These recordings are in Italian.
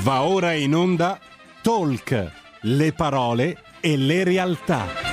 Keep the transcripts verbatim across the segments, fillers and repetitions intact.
Va ora in onda Talk, le parole e le realtà.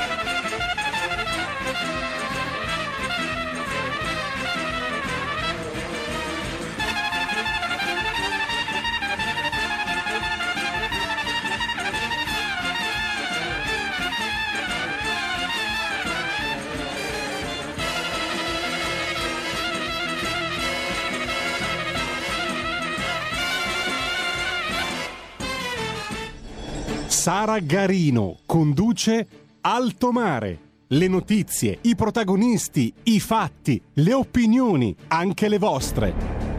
Sara Garino conduce Alto Mare. Le notizie, i protagonisti, i fatti, le opinioni, anche le vostre.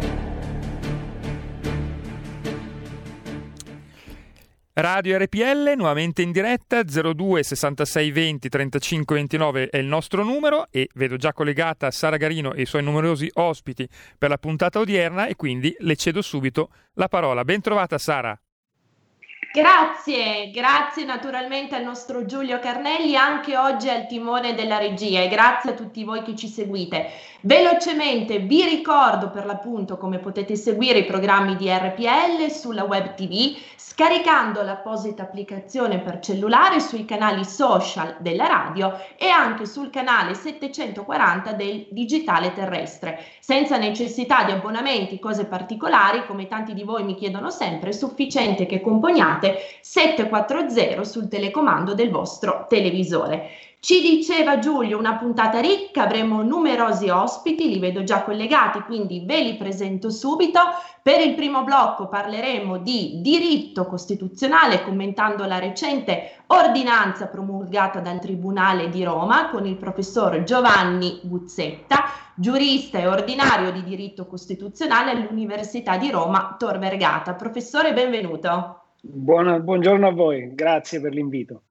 Radio R P L, nuovamente in diretta, zero due sessantasei venti trentacinque ventinove è il nostro numero e vedo già collegata Sara Garino e i suoi numerosi ospiti per la puntata odierna e quindi le cedo subito la parola. Ben trovata Sara. Grazie, grazie naturalmente al nostro Giulio Carnelli, anche oggi al timone della regia, e grazie a tutti voi che ci seguite. Velocemente vi ricordo per l'appunto come potete seguire i programmi di R P L sulla web tivù, scaricando l'apposita applicazione per cellulare sui canali social della radio e anche sul canale settecentoquaranta del digitale terrestre, senza necessità di abbonamenti, cose particolari, come tanti di voi mi chiedono sempre, è sufficiente che componiate sette quattro zero sul telecomando del vostro televisore. Ci diceva Giulio una puntata ricca, avremo numerosi ospiti, li vedo già collegati, quindi ve li presento subito. Per il primo blocco parleremo di diritto costituzionale commentando la recente ordinanza promulgata dal Tribunale di Roma con il professor Giovanni Guzzetta, giurista e ordinario di diritto costituzionale all'Università di Roma Tor Vergata. Professore, benvenuto. Buona, buongiorno a voi, grazie per l'invito.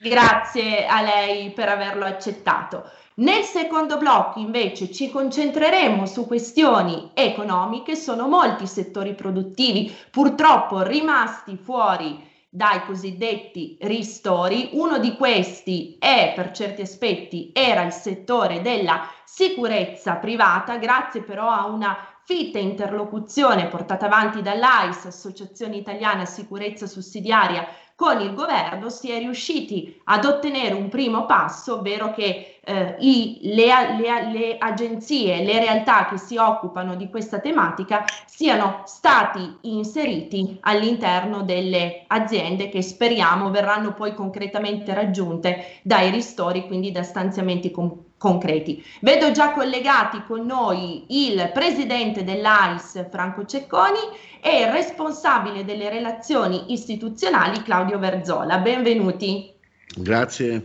Grazie a lei per averlo accettato. Nel secondo blocco invece ci concentreremo su questioni economiche. Sono molti settori produttivi purtroppo rimasti fuori dai cosiddetti ristori. Uno di questi è, per certi aspetti, era il settore della sicurezza privata, grazie però a una fitta interlocuzione portata avanti dall'A I S, Associazione Italiana Sicurezza Sussidiaria, con il governo si è riusciti ad ottenere un primo passo, ovvero che eh, i, le, le, le agenzie, le realtà che si occupano di questa tematica siano stati inseriti all'interno delle aziende che speriamo verranno poi concretamente raggiunte dai ristori, quindi da stanziamenti con, concreti. Vedo già collegati con noi il presidente dell'A I S Franco Cecconi e il responsabile delle relazioni istituzionali Claudio Verzola. Benvenuti. Grazie.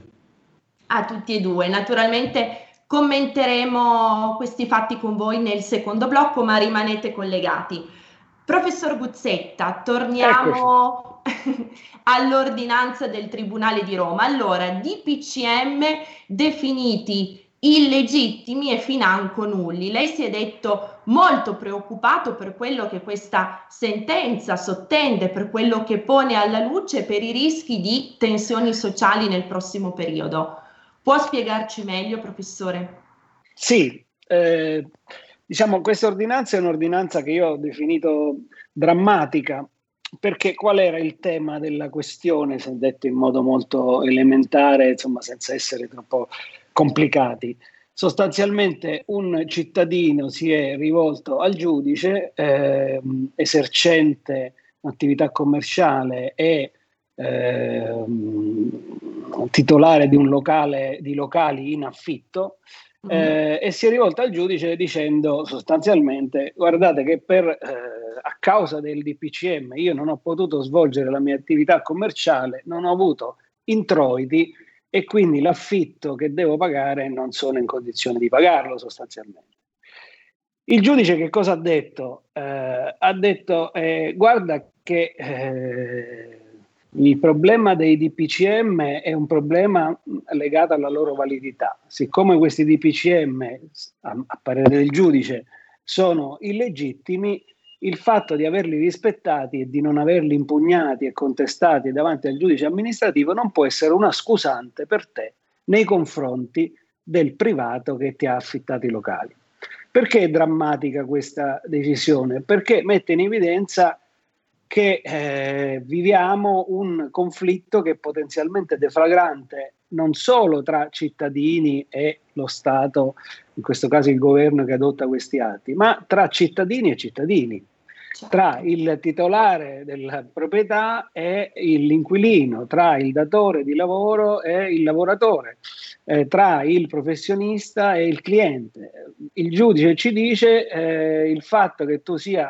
A tutti e due. Naturalmente commenteremo questi fatti con voi nel secondo blocco, ma rimanete collegati. Professor Guzzetta, torniamo all'ordinanza del Tribunale di Roma. Allora, D P C M definiti illegittimi e financo nulli. Lei si è detto molto preoccupato per quello che questa sentenza sottende, per quello che pone alla luce, per i rischi di tensioni sociali nel prossimo periodo. Può spiegarci meglio, professore? Sì, eh, diciamo questa ordinanza è un'ordinanza che io ho definito drammatica, perché qual era il tema della questione, se detto in modo molto elementare, insomma senza essere troppo complicati. Sostanzialmente un cittadino si è rivolto al giudice, eh, esercente un'attività commerciale e eh, titolare di un locale, di locali in affitto, eh, e si è rivolto al giudice dicendo sostanzialmente: guardate che per, eh, a causa del D P C M io non ho potuto svolgere la mia attività commerciale, non ho avuto introiti e quindi l'affitto che devo pagare non sono in condizione di pagarlo sostanzialmente. Il giudice che cosa ha detto? Eh, ha detto eh, guarda che eh, il problema dei D P C M è un problema legato alla loro validità. Siccome questi D P C M, a, a parere del giudice, sono illegittimi, il fatto di averli rispettati e di non averli impugnati e contestati davanti al giudice amministrativo non può essere una scusante per te nei confronti del privato che ti ha affittato i locali. Perché è drammatica questa decisione? Perché mette in evidenza che eh, viviamo un conflitto che è potenzialmente deflagrante non solo tra cittadini e lo Stato, in questo caso il governo che adotta questi atti, ma tra cittadini e cittadini, tra il titolare della proprietà e l'inquilino, tra il datore di lavoro e il lavoratore, eh, tra il professionista e il cliente. Il giudice ci dice eh, il fatto che tu sia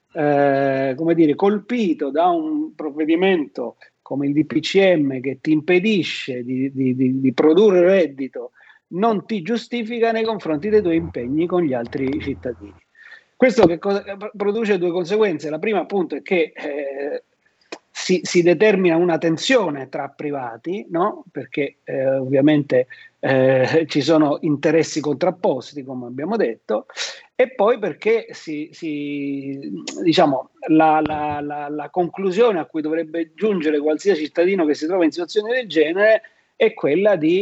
eh, come dire, colpito da un provvedimento come il D P C M che ti impedisce di, di, di, di produrre reddito non ti giustifica nei confronti dei tuoi impegni con gli altri cittadini. Questo che cosa, produce due conseguenze. La prima appunto è che eh, si, si determina una tensione tra privati, no? Perché eh, ovviamente eh, ci sono interessi contrapposti, come abbiamo detto, e poi perché si, si, diciamo, la, la, la, la conclusione a cui dovrebbe giungere qualsiasi cittadino che si trova in situazioni del genere è quella di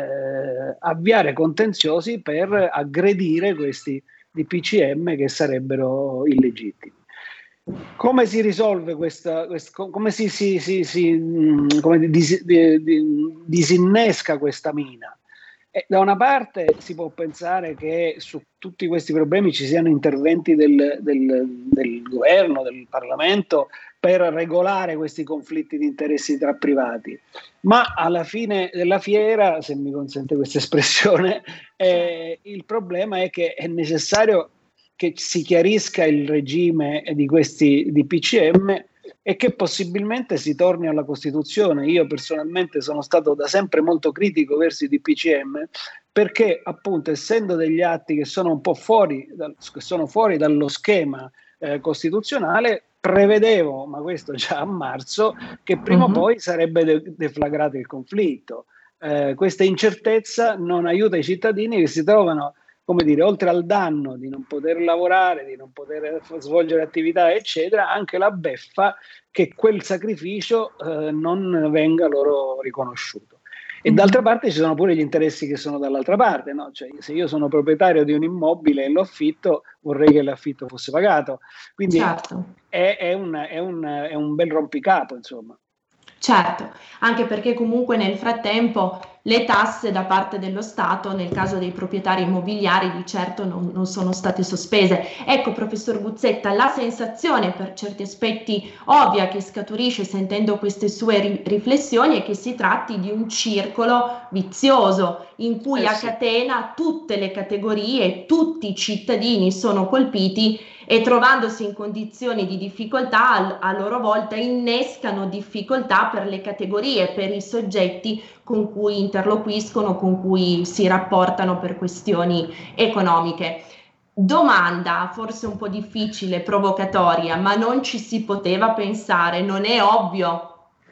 eh, avviare contenziosi per aggredire questi D P C M che sarebbero illegittimi. Come si risolve questa, questa come si, si, si, si come dis, di, di, disinnesca questa mina? E da una parte si può pensare che su tutti questi problemi ci siano interventi del, del, del governo, del Parlamento per regolare questi conflitti di interessi tra privati, ma alla fine della fiera, se mi consente questa espressione, eh, il problema è che è necessario che si chiarisca il regime di questi D P C M e che possibilmente si torni alla Costituzione. Io personalmente sono stato da sempre molto critico verso i D P C M perché appunto essendo degli atti che sono un po' fuori, dal, che sono fuori dallo schema eh, costituzionale, prevedevo, ma questo già a marzo, che prima o uh-huh. poi sarebbe de- deflagrato il conflitto. Eh, questa incertezza non aiuta i cittadini che si trovano, come dire, oltre al danno di non poter lavorare, di non poter svolgere attività, eccetera, anche la beffa che quel sacrificio eh, non venga loro riconosciuto. E d'altra parte ci sono pure gli interessi che sono dall'altra parte, no? Cioè, se io sono proprietario di un immobile e lo affitto, vorrei che l'affitto fosse pagato. Quindi certo. è, è, un, è, un, è un bel rompicapo, insomma. Certo, anche perché comunque nel frattempo le tasse da parte dello Stato nel caso dei proprietari immobiliari di certo non, non sono state sospese. Ecco, professor Buzzetta, la sensazione per certi aspetti ovvia che scaturisce sentendo queste sue ri- riflessioni è che si tratti di un circolo vizioso in cui eh a sì. catena tutte le categorie, tutti i cittadini sono colpiti e trovandosi in condizioni di difficoltà a loro volta innescano difficoltà per le categorie, per i soggetti con cui interloquiscono, con cui si rapportano per questioni economiche. Domanda forse un po' difficile, provocatoria, ma non ci si poteva pensare, non è ovvio?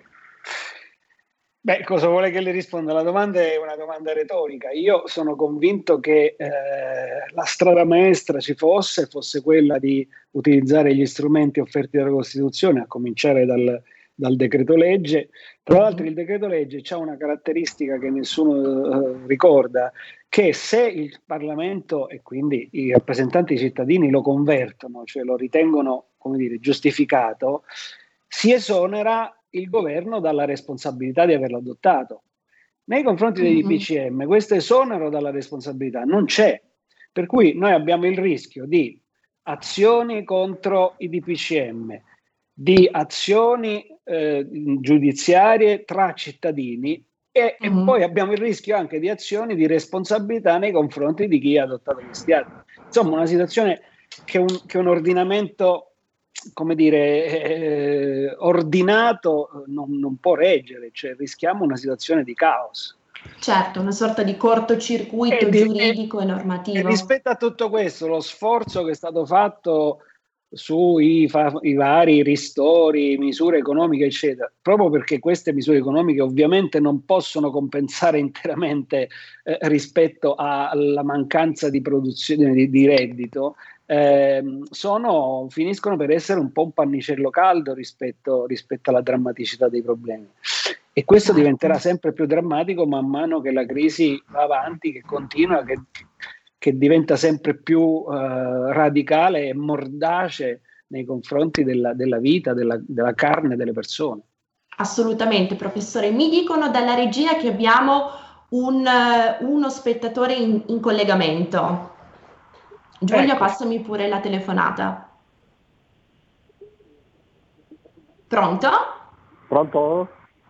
Beh, cosa vuole che le risponda? La domanda è una domanda retorica. Io sono convinto che eh, la strada maestra ci fosse, fosse quella di utilizzare gli strumenti offerti dalla Costituzione, a cominciare dal, dal decreto legge. Tra l'altro il decreto legge ha una caratteristica che nessuno eh, ricorda, che se il Parlamento e quindi i rappresentanti cittadini lo convertono, cioè lo ritengono, come dire, giustificato, si esonera il governo dalla responsabilità di averlo adottato. Nei confronti dei D P C M questo esonero dalla responsabilità non c'è, per cui noi abbiamo il rischio di azioni contro i D P C M, di azioni eh, giudiziarie tra cittadini e, uh-huh. e poi abbiamo il rischio anche di azioni di responsabilità nei confronti di chi ha adottato questi atti. Insomma, una situazione che un, che un ordinamento, come dire, eh, ordinato non, non può reggere, cioè rischiamo una situazione di caos. Certo, una sorta di cortocircuito di, giuridico e, e normativo. E rispetto a tutto questo, lo sforzo che è stato fatto sui fa, i vari ristori, misure economiche, eccetera, proprio perché queste misure economiche ovviamente non possono compensare interamente eh, rispetto alla mancanza di produzione di, di reddito, Eh, sono, finiscono per essere un po' un pannicello caldo rispetto, rispetto alla drammaticità dei problemi, e questo diventerà sempre più drammatico man mano che la crisi va avanti, che continua, che, che diventa sempre più eh, radicale e mordace nei confronti della, della vita, della, della carne delle persone. Assolutamente, professore. Mi dicono dalla regia che abbiamo un, uno spettatore in, in collegamento. Giulia, Ecco. passami pure la telefonata. Pronto? Pronto?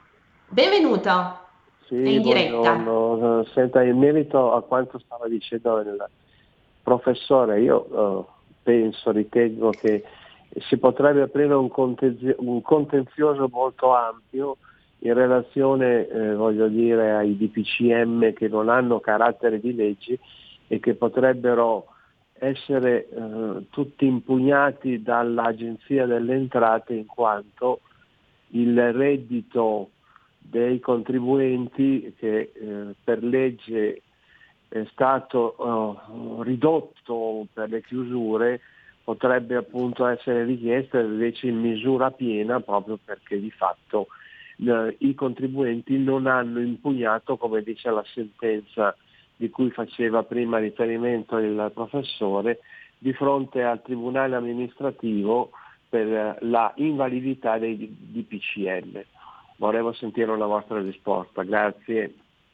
Benvenuto. Sì, è in diretta. buongiorno. Senta, in merito a quanto stava dicendo il professore, io uh, penso, ritengo che si potrebbe aprire un, contenzio, un contenzioso molto ampio in relazione, eh, voglio dire, ai D P C M che non hanno carattere di leggi e che potrebbero essere eh, tutti impugnati dall'Agenzia delle Entrate, in quanto il reddito dei contribuenti che eh, per legge è stato uh, ridotto per le chiusure potrebbe appunto essere richiesto invece in misura piena, proprio perché di fatto eh, i contribuenti non hanno impugnato, come dice la sentenza di cui faceva prima riferimento il professore, di fronte al Tribunale amministrativo per la invalidità dei D P C M. Volevo sentire una vostra risposta, grazie.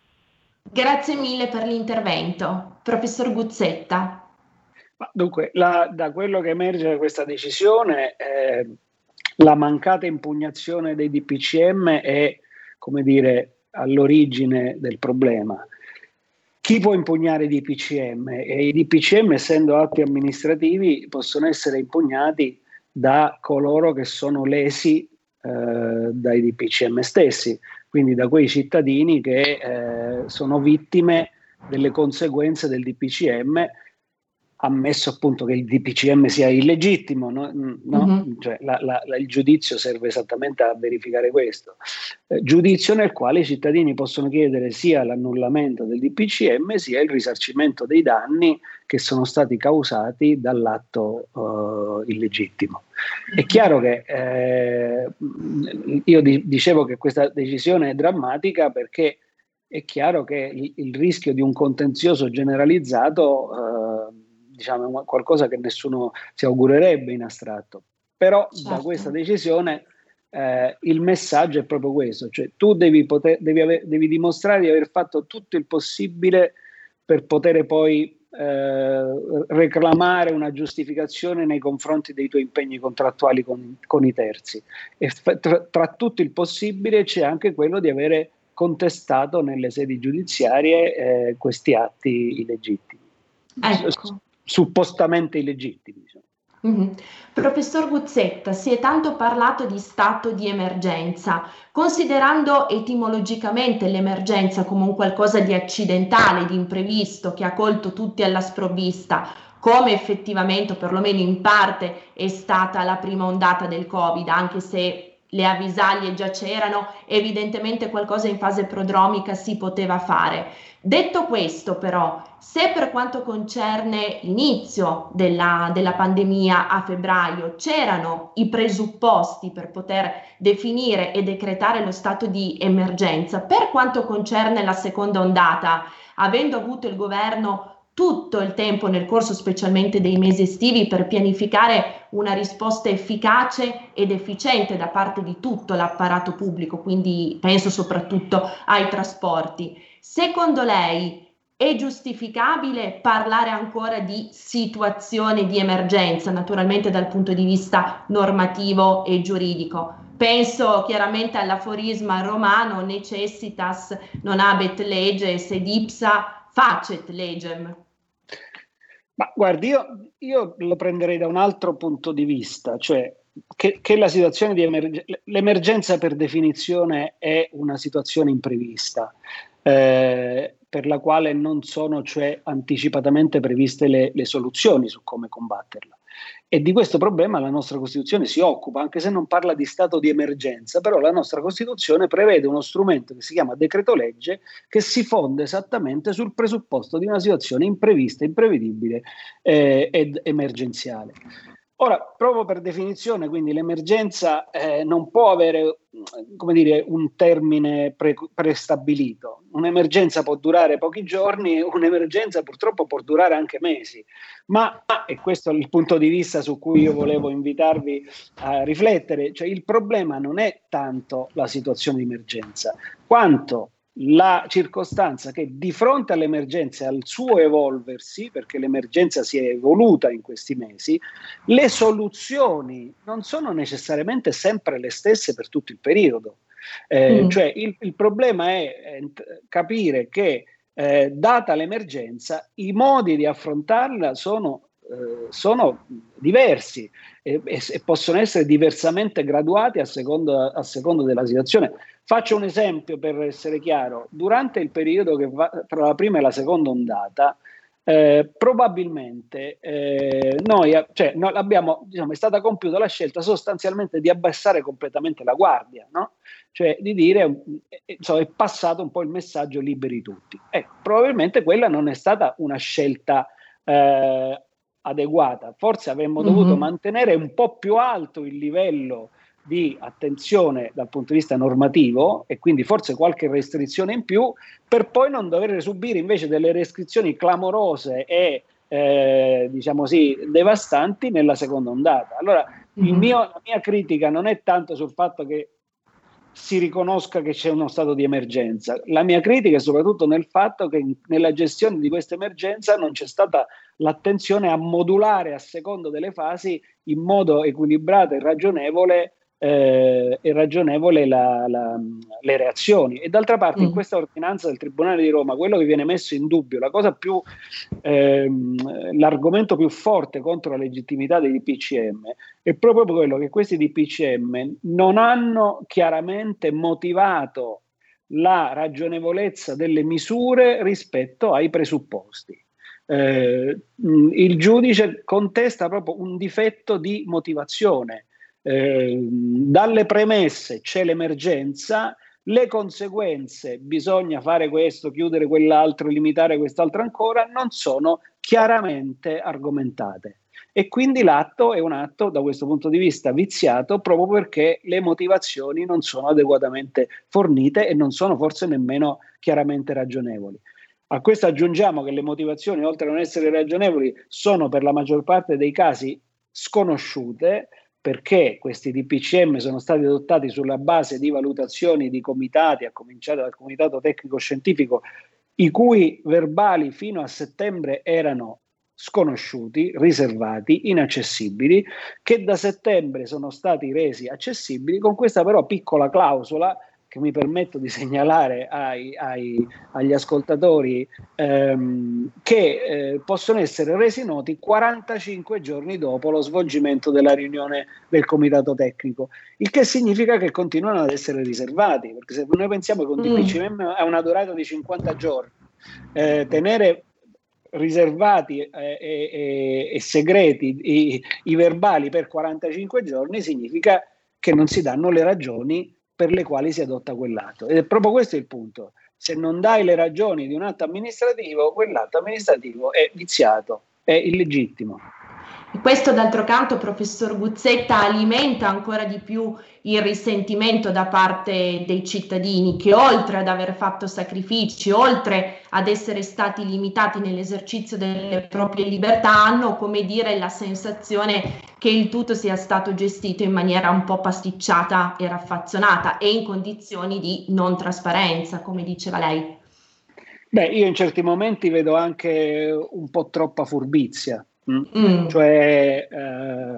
Grazie mille per l'intervento. Professor Guzzetta. Ma dunque, la, da quello che emerge da questa decisione, eh, la mancata impugnazione dei D P C M è, come dire, all'origine del problema. Chi può impugnare i D P C M? E i D P C M, essendo atti amministrativi, possono essere impugnati da coloro che sono lesi eh, dai D P C M stessi, quindi da quei cittadini che eh, sono vittime delle conseguenze del D P C M, ammesso appunto che il D P C M sia illegittimo, no? No? Mm-hmm. Cioè, la, la, la, il giudizio serve esattamente a verificare questo. Eh, giudizio nel quale i cittadini possono chiedere sia l'annullamento del D P C M sia il risarcimento dei danni che sono stati causati dall'atto uh, illegittimo. È chiaro che eh, io di, dicevo che questa decisione è drammatica perché è chiaro che il, il rischio di un contenzioso generalizzato uh, diciamo, qualcosa che nessuno si augurerebbe in astratto, però certo. Da questa decisione eh, il messaggio è proprio questo, cioè tu devi, poter, devi, aver, devi dimostrare di aver fatto tutto il possibile per poter poi eh, reclamare una giustificazione nei confronti dei tuoi impegni contrattuali con, con i terzi, e tra, tra tutto il possibile c'è anche quello di avere contestato nelle sedi giudiziarie eh, questi atti illegittimi. Ecco. Suppostamente illegittimi. Mm-hmm. Professor Guzzetta, si è tanto parlato di stato di emergenza, considerando etimologicamente l'emergenza come un qualcosa di accidentale, di imprevisto, che ha colto tutti alla sprovvista, come effettivamente, o perlomeno in parte, è stata la prima ondata del Covid, anche se le avvisaglie già c'erano, evidentemente qualcosa in fase prodromica si poteva fare. Detto questo, però, se per quanto concerne l'inizio della, della pandemia a febbraio c'erano i presupposti per poter definire e decretare lo stato di emergenza, per quanto concerne la seconda ondata, avendo avuto il governo tutto il tempo nel corso specialmente dei mesi estivi per pianificare una risposta efficace ed efficiente da parte di tutto l'apparato pubblico, quindi penso soprattutto ai trasporti. Secondo lei è giustificabile parlare ancora di situazione di emergenza, naturalmente dal punto di vista normativo e giuridico? Penso chiaramente all'aforisma romano necessitas non habet lege sed ipsa facet legem. Ma guardi, io, io lo prenderei da un altro punto di vista, cioè che, che la situazione di emergenza, l'emergenza per definizione è una situazione imprevista, eh, per la quale non sono cioè anticipatamente previste le, le soluzioni su come combatterla. E di questo problema la nostra Costituzione si occupa, anche se non parla di stato di emergenza, però la nostra Costituzione prevede uno strumento che si chiama decreto legge, che si fonda esattamente sul presupposto di una situazione imprevista, imprevedibile eh, ed emergenziale. Ora, proprio per definizione, quindi l'emergenza eh, non può avere, come dire, un termine pre- prestabilito. Un'emergenza può durare pochi giorni, un'emergenza purtroppo può durare anche mesi. Ma, e questo è il punto di vista su cui io volevo invitarvi a riflettere, cioè il problema non è tanto la situazione di emergenza, quanto la circostanza che di fronte all'emergenza e al suo evolversi, perché l'emergenza si è evoluta in questi mesi, le soluzioni non sono necessariamente sempre le stesse per tutto il periodo. Eh, mm. Cioè il, il problema è eh, capire che eh, data l'emergenza i modi di affrontarla sono, eh, sono diversi e, e, e possono essere diversamente graduati a seconda, a seconda della situazione. Faccio un esempio per essere chiaro: durante il periodo che va tra la prima e la seconda ondata, eh, probabilmente eh, noi, cioè, noi abbiamo, diciamo, è stata compiuta la scelta sostanzialmente di abbassare completamente la guardia, no? Cioè di dire, insomma, è passato un po' il messaggio liberi tutti. Eh, probabilmente quella non è stata una scelta eh, adeguata, forse avremmo mm-hmm. dovuto mantenere un po' più alto il livello di attenzione dal punto di vista normativo e quindi forse qualche restrizione in più, per poi non dover subire invece delle restrizioni clamorose e eh, diciamo sì, devastanti nella seconda ondata. Allora mm-hmm. il mio, la mia critica non è tanto sul fatto che si riconosca che c'è uno stato di emergenza, la mia critica è soprattutto nel fatto che nella gestione di questa emergenza non c'è stata l'attenzione a modulare a secondo delle fasi in modo equilibrato e ragionevole Eh, è ragionevole la, la, le reazioni. E d'altra parte mm. in questa ordinanza del Tribunale di Roma quello che viene messo in dubbio, la cosa più ehm, l'argomento più forte contro la legittimità dei D P C M è proprio quello che questi D P C M non hanno chiaramente motivato la ragionevolezza delle misure rispetto ai presupposti. Eh, il giudice contesta proprio un difetto di motivazione. Eh, dalle premesse c'è l'emergenza, le conseguenze, bisogna fare questo, chiudere quell'altro, limitare quest'altro ancora, non sono chiaramente argomentate e quindi l'atto è un atto da questo punto di vista viziato proprio perché le motivazioni non sono adeguatamente fornite e non sono forse nemmeno chiaramente ragionevoli. A questo aggiungiamo che le motivazioni, oltre a non essere ragionevoli, sono per la maggior parte dei casi sconosciute, perché questi D P C M sono stati adottati sulla base di valutazioni di comitati, a cominciare dal Comitato Tecnico Scientifico, i cui verbali fino a settembre erano sconosciuti, riservati, inaccessibili, che da settembre sono stati resi accessibili, con questa però piccola clausola che mi permetto di segnalare ai, ai, agli ascoltatori, ehm, che eh, possono essere resi noti quarantacinque giorni dopo lo svolgimento della riunione del comitato tecnico, il che significa che continuano ad essere riservati, perché se noi pensiamo che un D P C M ha una durata di cinquanta giorni, eh, tenere riservati eh, e, e segreti i, i verbali per quarantacinque giorni significa che non si danno le ragioni per le quali si adotta quell'atto. Ed è proprio questo il punto: se non dai le ragioni di un atto amministrativo, quell'atto amministrativo è viziato, è illegittimo. E questo d'altro canto, professor Guzzetta, alimenta ancora di più il risentimento da parte dei cittadini che, oltre ad aver fatto sacrifici, oltre ad essere stati limitati nell'esercizio delle proprie libertà, hanno, come dire, la sensazione che il tutto sia stato gestito in maniera un po' pasticciata e raffazzonata e in condizioni di non trasparenza, come diceva lei. Beh, io in certi momenti vedo anche un po' troppa furbizia. Mm. Cioè eh,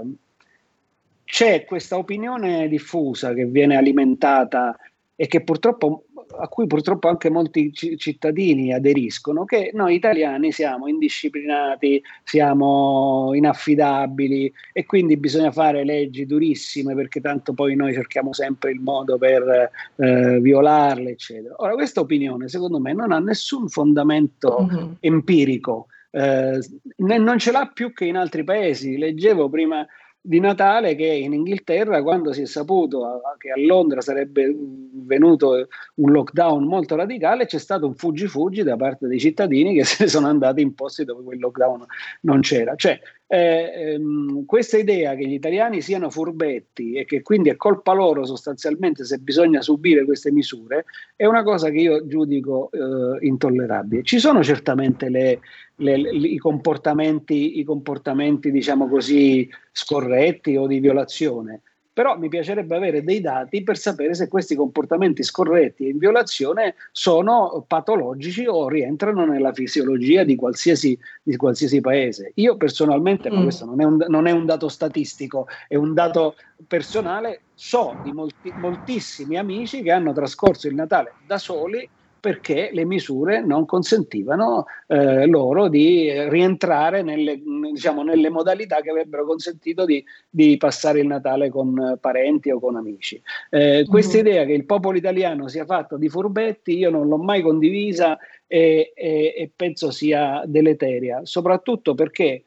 c'è questa opinione diffusa che viene alimentata e che purtroppo a cui purtroppo anche molti c- cittadini aderiscono, che noi italiani siamo indisciplinati, siamo inaffidabili e quindi bisogna fare leggi durissime perché tanto poi noi cerchiamo sempre il modo per eh, violarle, eccetera. Ora, questa opinione secondo me non ha nessun fondamento mm-hmm. empirico. Eh, non ce l'ha più che in altri paesi. Leggevo prima di Natale che in Inghilterra, quando si è saputo che a Londra sarebbe venuto un lockdown molto radicale, c'è stato un fuggi-fuggi da parte dei cittadini che se ne sono andati in posti dove quel lockdown non c'era. Cioè, eh, ehm, questa idea che gli italiani siano furbetti e che quindi è colpa loro sostanzialmente se bisogna subire queste misure è una cosa che io giudico eh, intollerabile. Ci sono certamente le Le, le, i comportamenti, i comportamenti, diciamo così, scorretti o di violazione, però mi piacerebbe avere dei dati per sapere se questi comportamenti scorretti e in violazione sono patologici o rientrano nella fisiologia di qualsiasi, di qualsiasi paese. Io personalmente, mm. ma questo non è, un, non è un dato statistico, è un dato personale, so di molti, moltissimi amici che hanno trascorso il Natale da soli perché le misure non consentivano eh, loro di rientrare nelle, diciamo, nelle modalità che avrebbero consentito di, di passare il Natale con parenti o con amici. Eh, mm-hmm. Questa idea che il popolo italiano sia fatto di furbetti io non l'ho mai condivisa e, e, e penso sia deleteria, soprattutto perché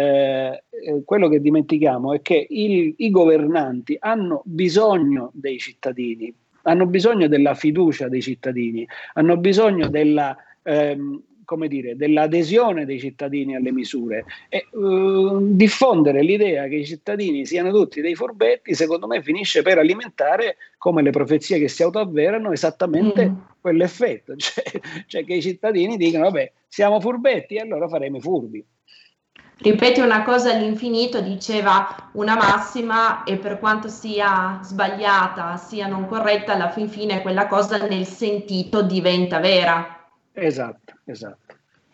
eh, quello che dimentichiamo è che il, i governanti hanno bisogno dei cittadini, hanno bisogno della fiducia dei cittadini, hanno bisogno della, ehm, come dire, dell'adesione dei cittadini alle misure e uh, diffondere l'idea che i cittadini siano tutti dei furbetti, secondo me finisce per alimentare, come le profezie che si autoavverano, esattamente mm. quell'effetto, cioè, cioè che i cittadini dicono vabbè siamo furbetti e allora faremo i furbi. Ripeti una cosa all'infinito, diceva una massima e per quanto sia sbagliata, sia non corretta, alla fin fine quella cosa nel sentito diventa vera. Esatto, esatto.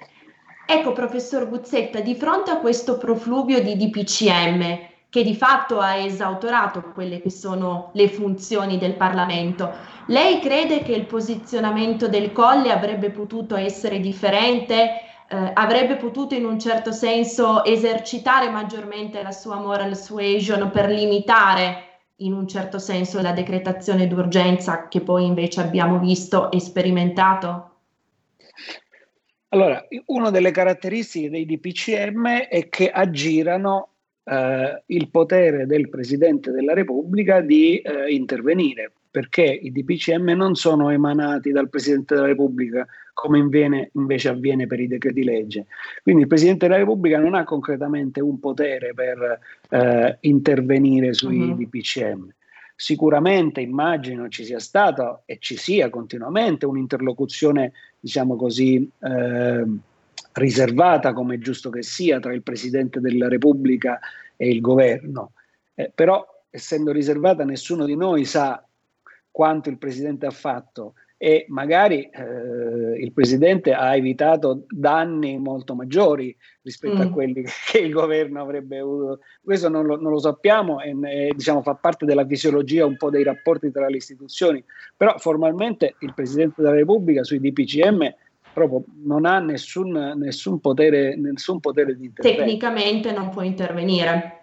Ecco, professor Guzzetta, di fronte a questo profluvio di D P C M che di fatto ha esautorato quelle che sono le funzioni del Parlamento, lei crede che il posizionamento del Colle avrebbe potuto essere differente? Eh, avrebbe potuto in un certo senso esercitare maggiormente la sua moral suasion per limitare in un certo senso la decretazione d'urgenza che poi invece abbiamo visto e sperimentato? Allora, una delle caratteristiche dei D P C M è che aggirano eh, il potere del Presidente della Repubblica di eh, intervenire, perché i D P C M non sono emanati dal Presidente della Repubblica come inviene, invece avviene per i decreti legge. Quindi il Presidente della Repubblica non ha concretamente un potere per eh, intervenire sui uh-huh. D P C M. Sicuramente immagino ci sia stata e ci sia continuamente un'interlocuzione, diciamo così, eh, riservata, come è giusto che sia, tra il Presidente della Repubblica e il governo. Eh, però, essendo riservata, nessuno di noi sa quanto il Presidente ha fatto e magari eh, il Presidente ha evitato danni molto maggiori rispetto mm. a quelli che il governo avrebbe avuto. Questo non lo, non lo sappiamo e, e diciamo, fa parte della fisiologia un po' dei rapporti tra le istituzioni, però formalmente il Presidente della Repubblica sui D P C M proprio non ha nessun, nessun, potere, nessun potere di intervento. Tecnicamente non può intervenire.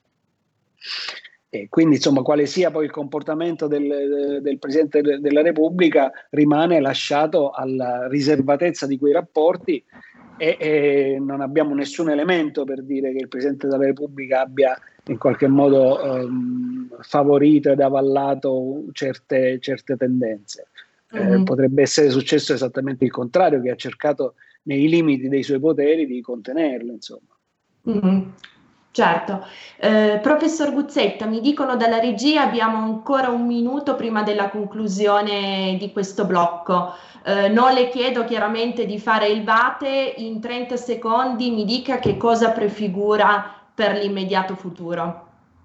E quindi insomma quale sia poi il comportamento del, del Presidente de, della Repubblica rimane lasciato alla riservatezza di quei rapporti e, e non abbiamo nessun elemento per dire che il Presidente della Repubblica abbia in qualche modo um, favorito ed avallato certe, certe tendenze. Mm-hmm. Eh, potrebbe essere successo esattamente il contrario, che ha cercato nei limiti dei suoi poteri di contenerlo, insomma. Mm-hmm. Certo. Eh, professor Guzzetta, mi dicono dalla regia abbiamo ancora un minuto prima della conclusione di questo blocco. Eh, non le chiedo chiaramente di fare il vate, in trenta secondi mi dica che cosa prefigura per l'immediato futuro.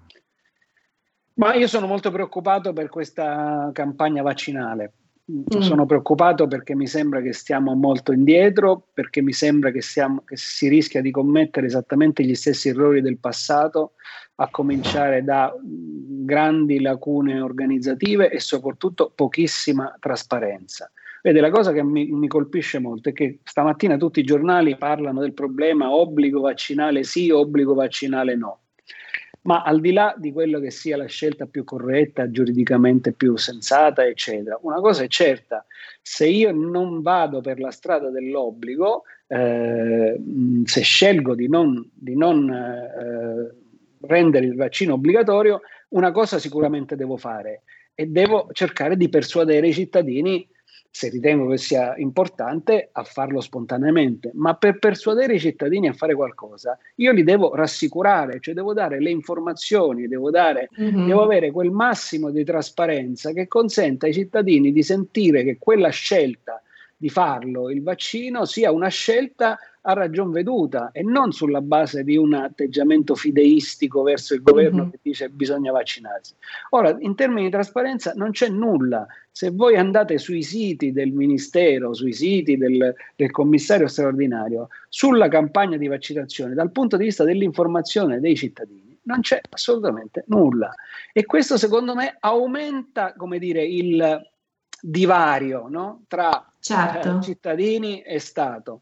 Ma io sono molto preoccupato per questa campagna vaccinale. Mm. Sono preoccupato perché mi sembra che stiamo molto indietro, perché mi sembra che, siamo, che si rischia di commettere esattamente gli stessi errori del passato, a cominciare da grandi lacune organizzative e soprattutto pochissima trasparenza. Vede, la cosa che mi, mi colpisce molto è che stamattina tutti i giornali parlano del problema obbligo vaccinale sì, obbligo vaccinale no. Ma al di là di quello che sia la scelta più corretta, giuridicamente più sensata, eccetera, una cosa è certa: se io non vado per la strada dell'obbligo, eh, se scelgo di non, di non eh, rendere il vaccino obbligatorio, una cosa sicuramente devo fare e devo cercare di persuadere i cittadini, se ritengo che sia importante, a farlo spontaneamente. Ma per persuadere i cittadini a fare qualcosa, io li devo rassicurare, cioè devo dare le informazioni, devo, dare, mm-hmm. devo avere quel massimo di trasparenza che consenta ai cittadini di sentire che quella scelta di farlo, il vaccino, sia una scelta a ragion veduta e non sulla base di un atteggiamento fideistico verso il governo mm-hmm. che dice bisogna vaccinarsi. Ora, in termini di trasparenza non c'è nulla. Se voi andate sui siti del Ministero, sui siti del, del commissario straordinario, sulla campagna di vaccinazione, dal punto di vista dell'informazione dei cittadini, non c'è assolutamente nulla. E questo, secondo me, aumenta, come dire, il divario, no? Tra certo. eh, cittadini e Stato.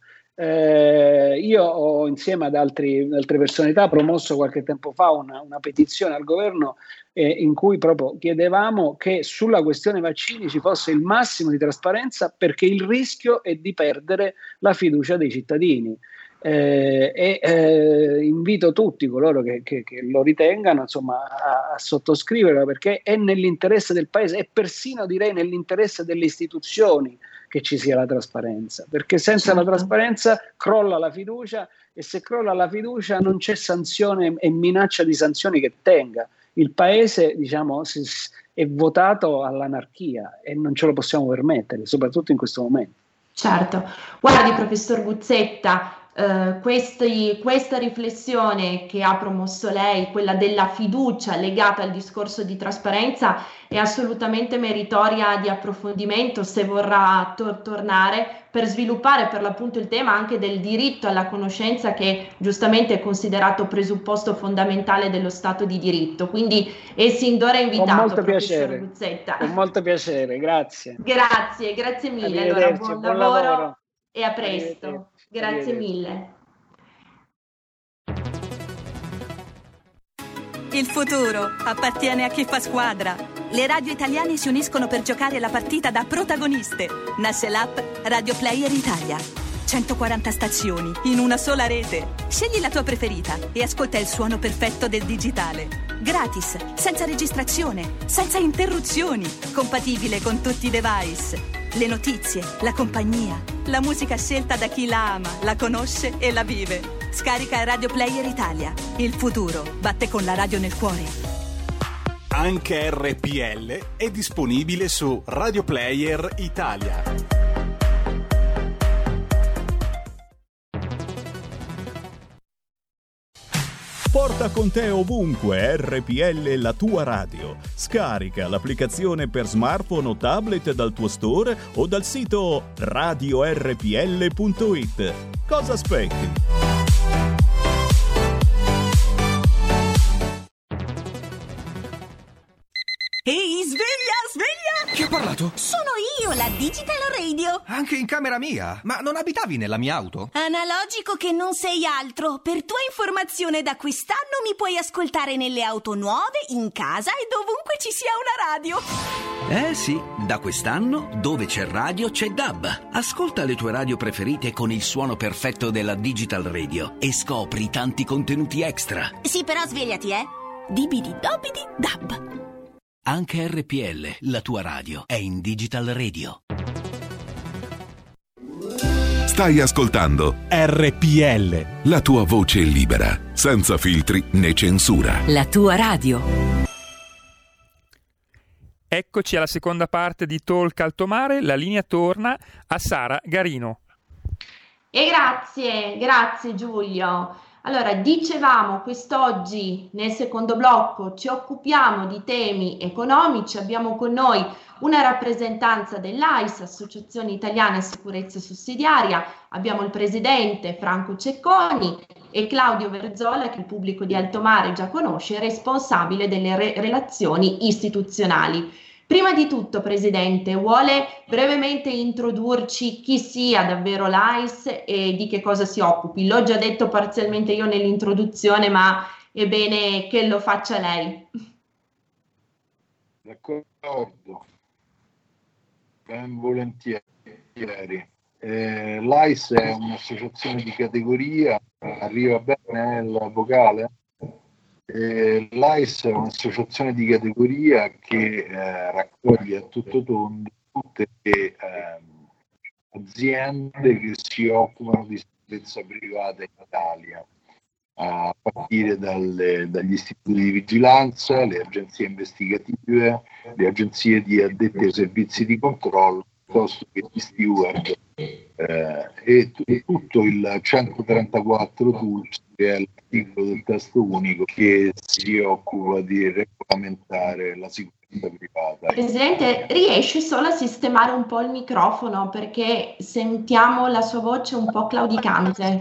Eh, io ho, insieme ad altri, altre personalità, promosso qualche tempo fa una, una petizione al governo eh, in cui proprio chiedevamo che sulla questione vaccini ci fosse il massimo di trasparenza, perché il rischio è di perdere la fiducia dei cittadini. Eh, e eh, invito tutti coloro che, che, che lo ritengano, insomma, a, a sottoscriverlo, perché è nell'interesse del paese e persino, direi, nell'interesse delle istituzioni che ci sia la trasparenza, perché senza certo. la trasparenza crolla la fiducia, e se crolla la fiducia non c'è sanzione e minaccia di sanzioni che tenga. Il paese, diciamo, si, è votato all'anarchia e non ce lo possiamo permettere, soprattutto in questo momento. Certo, guardi professor Guzzetta, Uh, questi, questa riflessione che ha promosso lei, quella della fiducia legata al discorso di trasparenza, è assolutamente meritoria di approfondimento se vorrà tor- tornare per sviluppare per l'appunto il tema anche del diritto alla conoscenza, che giustamente è considerato presupposto fondamentale dello Stato di diritto. Quindi è sin d'ora invitato. Con molto piacere, Guzzetta. Con molto piacere, grazie. Grazie, grazie mille. Allora, buon, buon lavoro, lavoro e a presto. Grazie mille. Il futuro appartiene a chi fa squadra. Le radio italiane si uniscono per giocare la partita da protagoniste. Nasce l'app Radio Player Italia. centoquaranta stazioni in una sola rete. Scegli la tua preferita e ascolta il suono perfetto del digitale. Gratis, senza registrazione, senza interruzioni. Compatibile con tutti i device. Le notizie, la compagnia, la musica scelta da chi la ama, la conosce e la vive. Scarica Radio Player Italia. Il futuro batte con la radio nel cuore. Anche R P L è disponibile su Radio Player Italia. Porta con te ovunque R P L, la tua radio. Scarica l'applicazione per smartphone o tablet dal tuo store o dal sito radio erre pi elle punto it. Cosa aspetti? Ehi, sveglia, sveglia! Chi ha parlato? Sono io, la Digital Radio. Anche in camera mia? Ma non abitavi nella mia auto? Analogico che non sei altro. Per tua informazione, da quest'anno mi puoi ascoltare nelle auto nuove, in casa e dovunque ci sia una radio. Eh sì, da quest'anno dove c'è radio c'è D A B. Ascolta le tue radio preferite con il suono perfetto della Digital Radio e scopri tanti contenuti extra. Sì, però svegliati, eh. Dibidi dobidi D A B. Anche R P L, la tua radio, è in Digital Radio. Stai ascoltando R P L, la tua voce libera, senza filtri né censura. La tua radio. Eccoci alla seconda parte di Talk Alto Mare, la linea torna a Sara Garino. E grazie, grazie Giulio. Allora, dicevamo, quest'oggi nel secondo blocco ci occupiamo di temi economici, abbiamo con noi una rappresentanza dell'A I S, Associazione Italiana Sicurezza Sussidiaria, abbiamo il presidente Franco Cecconi e Claudio Verzola, che il pubblico di Alto Mare già conosce, responsabile delle re- relazioni istituzionali. Prima di tutto, Presidente, vuole brevemente introdurci chi sia davvero l'A I S e di che cosa si occupi? L'ho già detto parzialmente io nell'introduzione, ma è bene che lo faccia lei. D'accordo, ben volentieri. Eh, L'A I S è un'associazione di categoria, arriva bene il vocale? Eh, L'A I S è un'associazione di categoria che eh, raccoglie a tutto tondo tutte le eh, aziende che si occupano di sicurezza privata in Italia, a partire dalle, dagli istituti di vigilanza, le agenzie investigative, le agenzie di addetti ai servizi di controllo, piuttosto che gli steward, eh, e t- tutto il centotrentaquattro tools, che è l'articolo del testo unico che si occupa di regolamentare la sicurezza privata. Presidente, riesce solo a sistemare un po' il microfono perché sentiamo la sua voce un po' claudicante.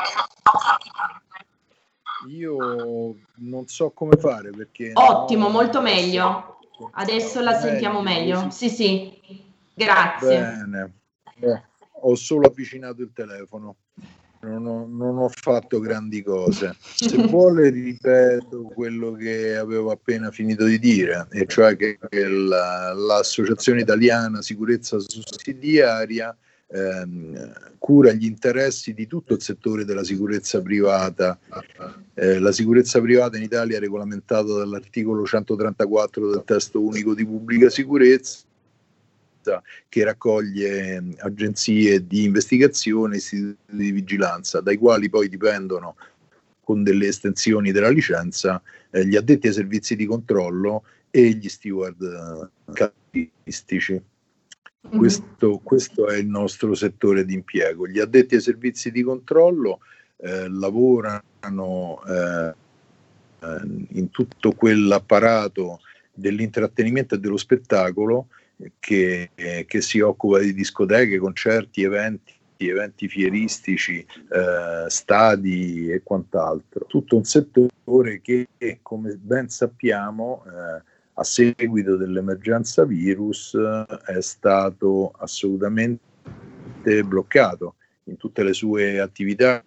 Io non so come fare perché... Ottimo, molto meglio. Adesso la sentiamo meglio. Sì, sì, grazie. Bene. Eh, ho solo avvicinato il telefono. Non ho, non ho fatto grandi cose. Se vuole ripeto quello che avevo appena finito di dire, e cioè che la, l'Associazione Italiana Sicurezza Sussidiaria ehm, cura gli interessi di tutto il settore della sicurezza privata. Eh, la sicurezza privata in Italia è regolamentata dall'articolo centotrentaquattro del testo unico di pubblica sicurezza, che raccoglie agenzie di investigazione e istituti di vigilanza, dai quali poi dipendono, con delle estensioni della licenza, eh, gli addetti ai servizi di controllo e gli steward calcistici. Mm-hmm. Questo, questo è il nostro settore di impiego. Gli addetti ai servizi di controllo eh, lavorano eh, in tutto quell'apparato dell'intrattenimento e dello spettacolo Che, che si occupa di discoteche, concerti, eventi, eventi fieristici, eh, stadi e quant'altro. Tutto un settore che, come ben sappiamo, eh, a seguito dell'emergenza virus è stato assolutamente bloccato in tutte le sue attività.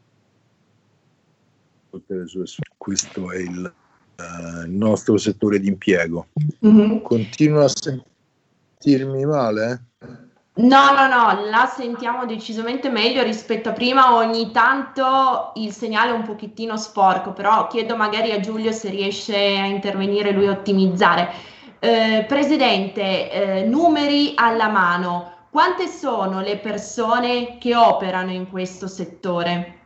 Tutte le sue... Questo è il, uh, il nostro settore di impiego. Mm-hmm. Continua a sentire Sentirmi male? No, no, no, la sentiamo decisamente meglio rispetto a prima. Ogni tanto il segnale è un pochettino sporco, però chiedo magari a Giulio se riesce a intervenire lui a ottimizzare. Eh, Presidente, eh, numeri alla mano, quante sono le persone che operano in questo settore?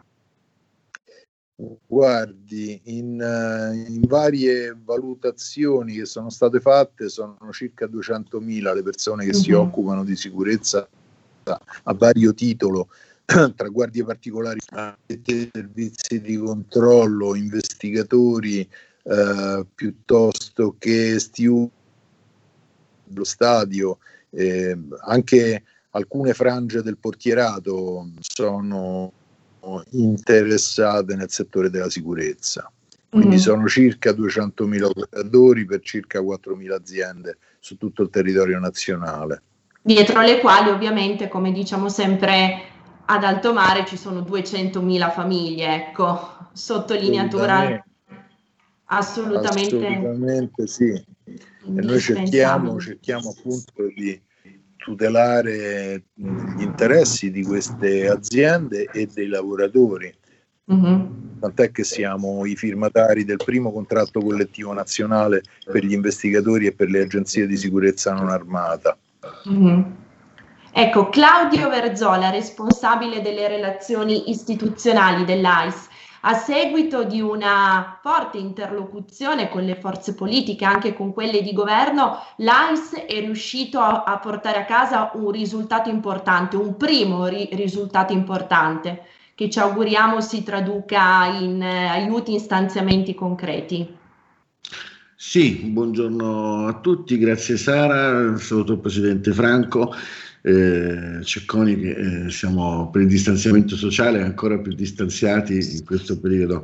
Guardi, in, in varie valutazioni che sono state fatte sono circa duecentomila le persone che mm-hmm. si occupano di sicurezza a vario titolo, tra guardie particolari, servizi di controllo, investigatori, eh, piuttosto che steward dello stadio, eh, anche alcune frange del portierato sono interessate nel settore della sicurezza. Quindi mm. sono circa duecentomila operatori per circa quattromila aziende su tutto il territorio nazionale. Dietro le quali ovviamente, come diciamo sempre ad alto mare, ci sono duecentomila famiglie, ecco, sottolineatura assolutamente, assolutamente sì. E noi cerchiamo, cerchiamo appunto di tutelare gli interessi di queste aziende e dei lavoratori. Mm-hmm. Tant'è che siamo i firmatari del primo contratto collettivo nazionale per gli investigatori e per le agenzie di sicurezza non armata. Mm-hmm. Ecco, Claudio Verzola, responsabile delle relazioni istituzionali dell'A I S, a seguito di una forte interlocuzione con le forze politiche, anche con quelle di governo, l'A I S è riuscito a, a portare a casa un risultato importante, un primo ri- risultato importante, che ci auguriamo si traduca in eh, aiuti, in stanziamenti concreti. Sì, buongiorno a tutti, grazie Sara, saluto il Presidente Franco. Eh, Cecconi, che eh, siamo per il distanziamento sociale ancora più distanziati in questo periodo,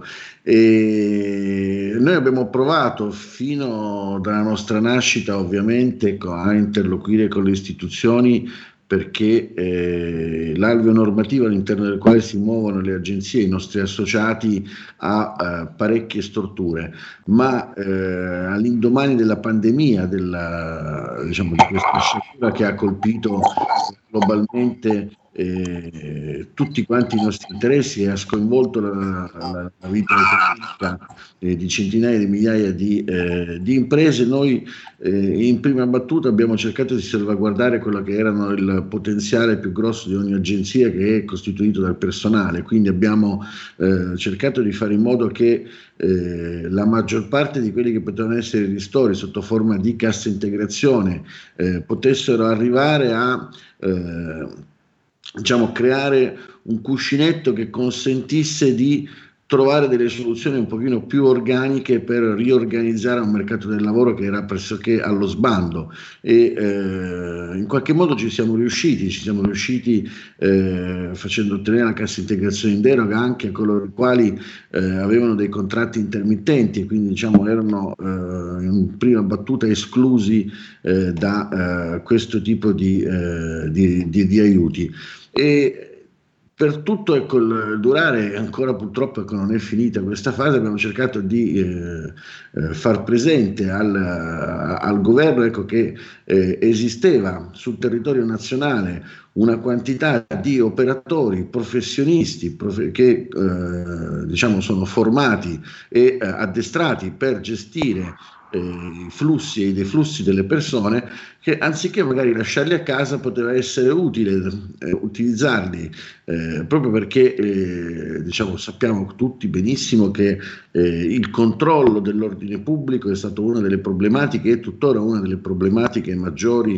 e noi abbiamo provato fino dalla nostra nascita ovviamente a interloquire con le istituzioni, perché eh, l'alveo normativo all'interno del quale si muovono le agenzie, i nostri associati, ha eh, parecchie storture, ma eh, all'indomani della pandemia, della, diciamo, di questa sciagura che ha colpito globalmente eh, tutti quanti i nostri interessi e ha sconvolto la, la, la vita economica eh, di centinaia di migliaia di, eh, di imprese. Noi eh, in prima battuta abbiamo cercato di salvaguardare quello che erano il potenziale più grosso di ogni agenzia, che è costituito dal personale, quindi abbiamo eh, cercato di fare in modo che eh, la maggior parte di quelli che potevano essere ristori sotto forma di cassa integrazione eh, potessero arrivare a eh, diciamo creare un cuscinetto che consentisse di trovare delle soluzioni un pochino più organiche per riorganizzare un mercato del lavoro che era pressoché allo sbando, e eh, in qualche modo ci siamo riusciti, ci siamo riusciti eh, facendo ottenere la cassa integrazione in deroga anche a coloro i quali eh, avevano dei contratti intermittenti e quindi diciamo erano eh, in prima battuta esclusi eh, da eh, questo tipo di, eh, di, di, di aiuti. E per tutto ecco, il durare, ancora purtroppo ecco, non è finita questa fase, abbiamo cercato di eh, eh, far presente al, al governo ecco, che eh, esisteva sul territorio nazionale una quantità di operatori, professionisti prof- che eh, diciamo, sono formati e eh, addestrati per gestire i flussi e i deflussi delle persone, che anziché magari lasciarli a casa poteva essere utile eh, utilizzarli eh, proprio perché eh, diciamo, sappiamo tutti benissimo che eh, il controllo dell'ordine pubblico è stata una delle problematiche e tuttora una delle problematiche maggiori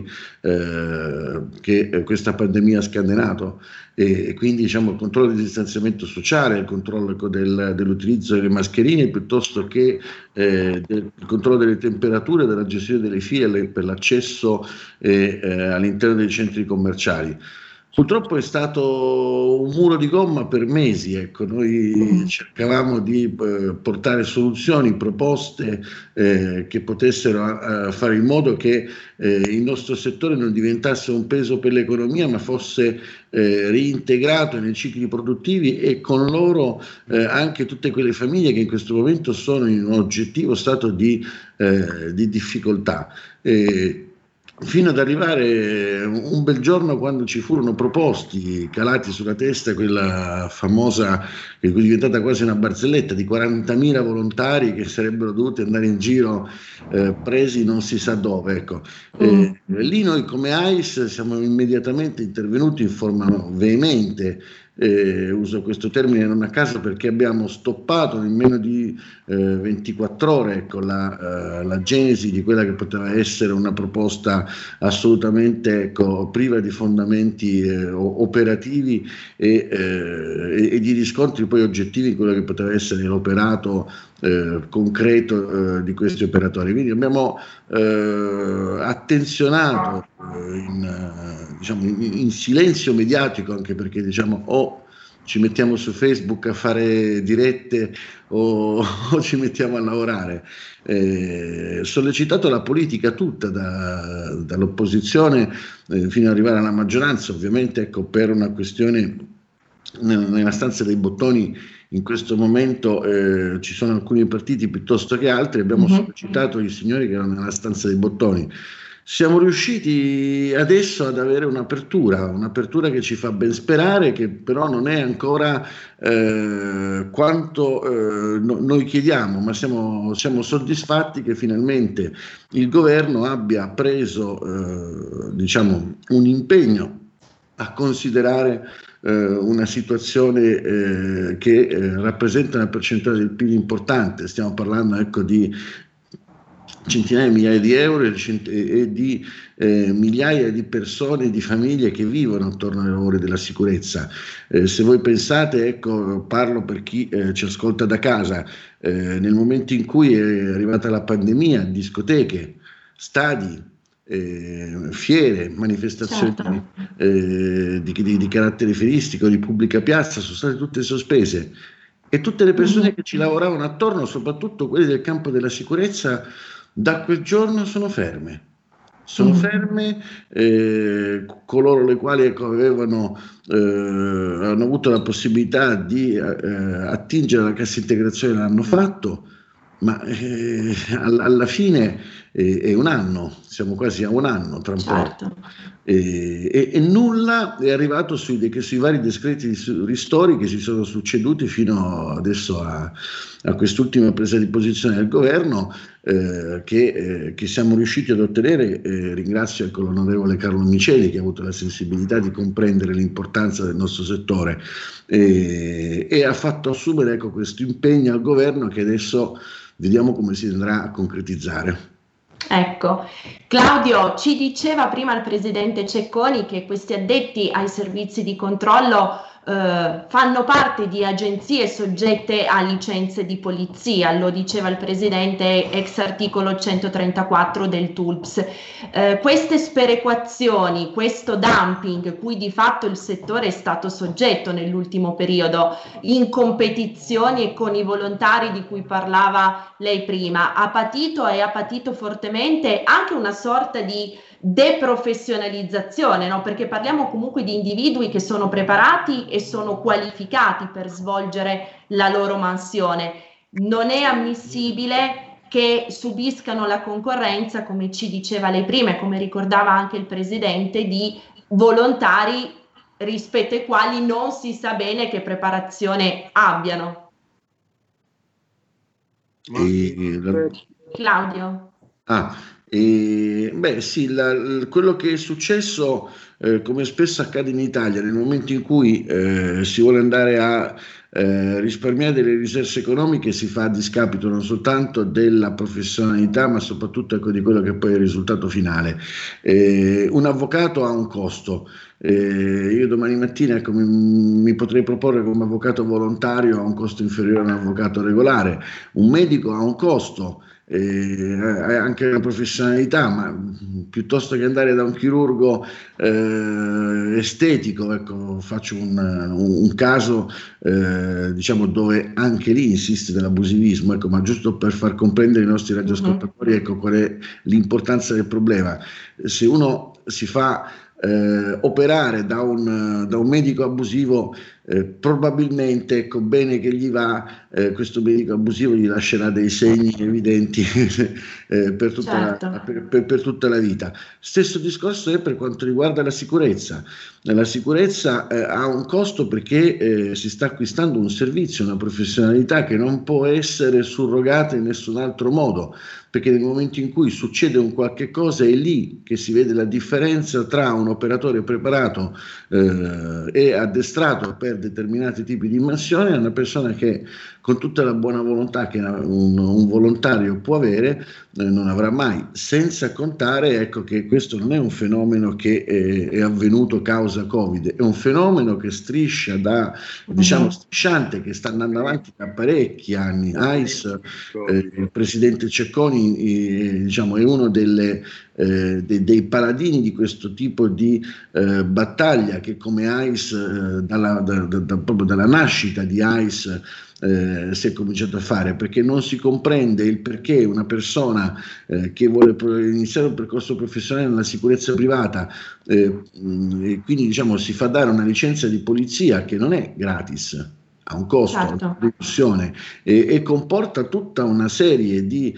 eh, che questa pandemia ha scatenato, e quindi diciamo, il controllo del distanziamento sociale, il controllo ecco, del, dell'utilizzo delle mascherine piuttosto che eh, del il controllo delle temperature, della gestione delle file per l'accesso eh, eh, all'interno dei centri commerciali. Purtroppo è stato un muro di gomma per mesi, ecco. Noi cercavamo di eh, portare soluzioni, proposte eh, che potessero eh, fare in modo che eh, il nostro settore non diventasse un peso per l'economia, ma fosse eh, reintegrato nei cicli produttivi e con loro eh, anche tutte quelle famiglie che in questo momento sono in un oggettivo stato di, eh, di difficoltà. Eh, fino ad arrivare un bel giorno quando ci furono proposti, calati sulla testa, quella famosa, che è diventata quasi una barzelletta, di quarantamila volontari che sarebbero dovuti andare in giro eh, presi non si sa dove. Ecco. Mm. Eh, lì noi come A I S siamo immediatamente intervenuti in forma veemente. Eh, uso questo termine non a caso perché abbiamo stoppato in meno di eh, ventiquattro ore ecco, la, eh, la genesi di quella che poteva essere una proposta assolutamente ecco, priva di fondamenti eh, operativi e, eh, e di riscontri poi oggettivi, quello che poteva essere l'operato eh, concreto eh, di questi operatori. Quindi abbiamo eh, attenzionato eh, in, eh, diciamo, in, in silenzio mediatico, anche perché diciamo o ci mettiamo su Facebook a fare dirette o, o ci mettiamo a lavorare. Eh, sollecitato la politica tutta, da, dall'opposizione eh, fino ad arrivare alla maggioranza, ovviamente ecco, per una questione nella stanza dei bottoni. In questo momento eh, ci sono alcuni partiti piuttosto che altri, abbiamo mm-hmm. sollecitato i signori che erano nella stanza dei bottoni. Siamo riusciti adesso ad avere un'apertura, un'apertura che ci fa ben sperare, che però non è ancora eh, quanto eh, no, noi chiediamo, ma siamo, siamo soddisfatti che finalmente il governo abbia preso eh, diciamo, un impegno a considerare eh, una situazione eh, che eh, rappresenta una percentuale del P I L importante. Stiamo parlando ecco, di centinaia di migliaia di euro e, cent- e di eh, migliaia di persone, di famiglie che vivono attorno ai lavori della sicurezza. Eh, se voi pensate, ecco, parlo per chi eh, ci ascolta da casa, eh, nel momento in cui è arrivata la pandemia, discoteche, stadi, Eh, fiere, manifestazioni certo. eh, di, di, di carattere fieristico, di pubblica piazza, sono state tutte sospese e tutte le persone mm-hmm. che ci lavoravano attorno, soprattutto quelli del campo della sicurezza, da quel giorno sono ferme. Sono mm-hmm. ferme eh, coloro le quali ecco, avevano eh, hanno avuto la possibilità di eh, attingere alla cassa integrazione l'hanno fatto. ma eh, alla, alla fine eh, è un anno, siamo quasi a un anno tra un certo. po', e, e, e nulla è arrivato sui, sui vari decreti ristori che si sono succeduti fino adesso a, a quest'ultima presa di posizione del governo, eh, che, eh, che siamo riusciti ad ottenere. Eh, ringrazio ecco, l'onorevole Carlo Miceli, che ha avuto la sensibilità di comprendere l'importanza del nostro settore eh, e ha fatto assumere ecco, questo impegno al governo, che adesso vediamo come si andrà a concretizzare. Ecco, Claudio, ci diceva prima il presidente Cecconi che questi addetti ai servizi di controllo eh, fanno parte di agenzie soggette a licenze di polizia, lo diceva il presidente ex articolo centotrentaquattro del T U L P S. Eh, queste sperequazioni, questo dumping cui di fatto il settore è stato soggetto nell'ultimo periodo in competizioni e con i volontari di cui parlava lei prima, ha patito e ha patito fortemente anche una sorta di deprofessionalizzazione, no? Perché parliamo comunque di individui che sono preparati e sono qualificati per svolgere la loro mansione. Non è ammissibile che subiscano la concorrenza, come ci diceva lei prima e come ricordava anche il presidente, di volontari rispetto ai quali non si sa bene che preparazione abbiano. E la... Claudio. Ah, e, beh sì, la, quello che è successo, eh, come spesso accade in Italia, nel momento in cui eh, si vuole andare a eh, risparmiare delle risorse economiche, si fa a discapito non soltanto della professionalità, ma soprattutto ecco, di quello che poi è il risultato finale. Eh, un avvocato ha un costo. Eh, io domani mattina ecco, mi, mi potrei proporre come avvocato volontario a un costo inferiore a un avvocato regolare. Un medico ha un costo, eh, anche una professionalità, ma piuttosto che andare da un chirurgo eh, estetico, ecco, faccio un, un, un caso eh, diciamo dove anche lì insiste dell'abusivismo, ecco, ma giusto per far comprendere ai nostri radioascoltatori ecco, qual è l'importanza del problema. Se uno si fa Eh, operare da un, da un medico abusivo, eh, probabilmente ecco bene che gli va, eh, questo medico abusivo gli lascerà dei segni evidenti eh, per, tutta certo. la, per, per, per tutta la vita. Stesso discorso è per quanto riguarda la sicurezza. La sicurezza eh, ha un costo perché eh, si sta acquistando un servizio, una professionalità che non può essere surrogata in nessun altro modo, perché nel momento in cui succede un qualche cosa è lì che si vede la differenza tra un operatore preparato eh, e addestrato per determinati tipi di mansioni e una persona che con tutta la buona volontà che un, un volontario può avere eh, non avrà mai, senza contare ecco che questo non è un fenomeno che è, è avvenuto causa Covid, è un fenomeno che striscia da, diciamo strisciante, che sta andando avanti da parecchi anni. A I S, eh, il presidente Cecconi eh, diciamo è uno delle Eh, dei, dei paladini di questo tipo di eh, battaglia che come A I S eh, dalla, da, da, da, proprio dalla nascita di A I S eh, si è cominciato a fare, perché non si comprende il perché una persona eh, che vuole iniziare un percorso professionale nella sicurezza privata eh, mh, e quindi diciamo si fa dare una licenza di polizia che non è gratis, ha un costo, certo. una riduzione e, e comporta tutta una serie di